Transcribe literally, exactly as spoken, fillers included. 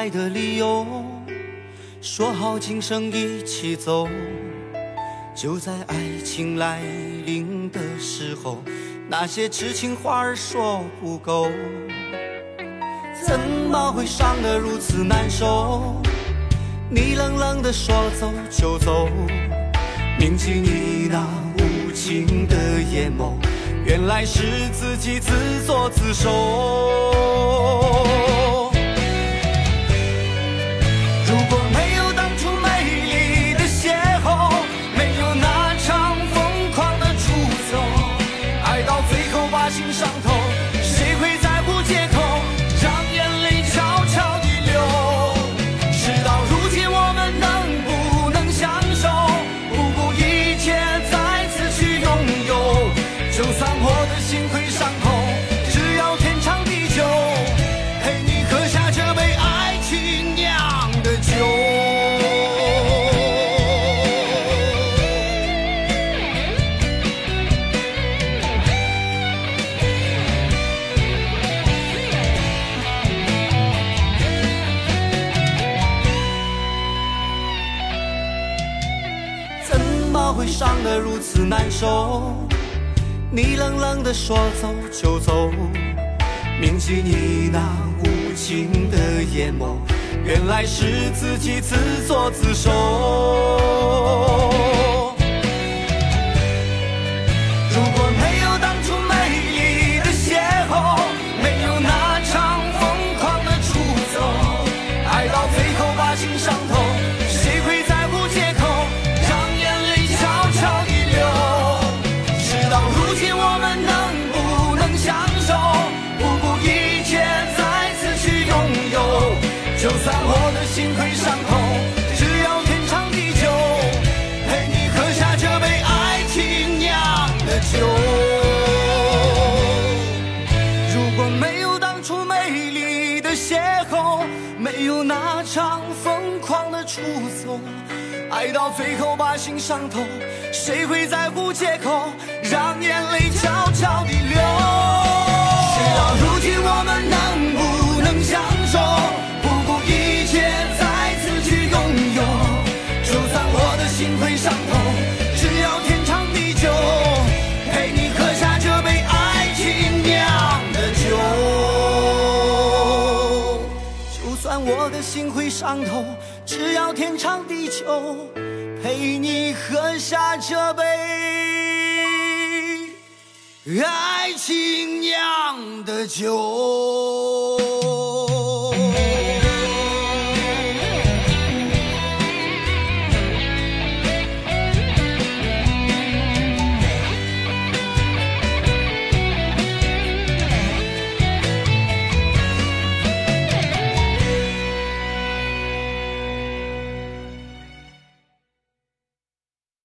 爱的理由，说好今生一起走，就在爱情来临的时候，那些痴情话儿说不够，怎么会伤得如此难受？你冷冷地说走就走，铭记你那无情的眼眸，原来是自己自作自受。如果没有当初美丽的邂逅，没有那场疯狂的出走，爱到最后把心伤透，谁会在乎借口，让眼泪悄悄地流？事到如今我们能不能相守，不顾一切再次去拥有，就算我的心会伤痛，只要天长地久，陪你喝下这杯爱情酿的酒。怎么会伤得如此难受？你冷冷地说走就走，铭记你那无情的眼眸，原来是自己自作自受。如果没有当初美丽的邂逅，没有那场疯狂的出走，爱到最后把心伤透，谁会在乎借口，让眼泪悄悄地流？事到如今我们能不能相守，不顾一切再次去拥有，就算我的心会伤痛，只要天长地久，陪你喝下这杯爱情酿的酒。如果没有当初美丽的邂逅，没有那场疯狂的出走，爱到最后把心伤透，谁会在乎借口，让眼泪悄悄地流？事到如今我们能不能相守，不顾一切再次去拥有，就算我的心会伤痛，只要天长地久，陪你喝下这杯爱情酿的酒。就算我的心会伤透，只要天长地久，陪你喝下这杯爱情酿的酒。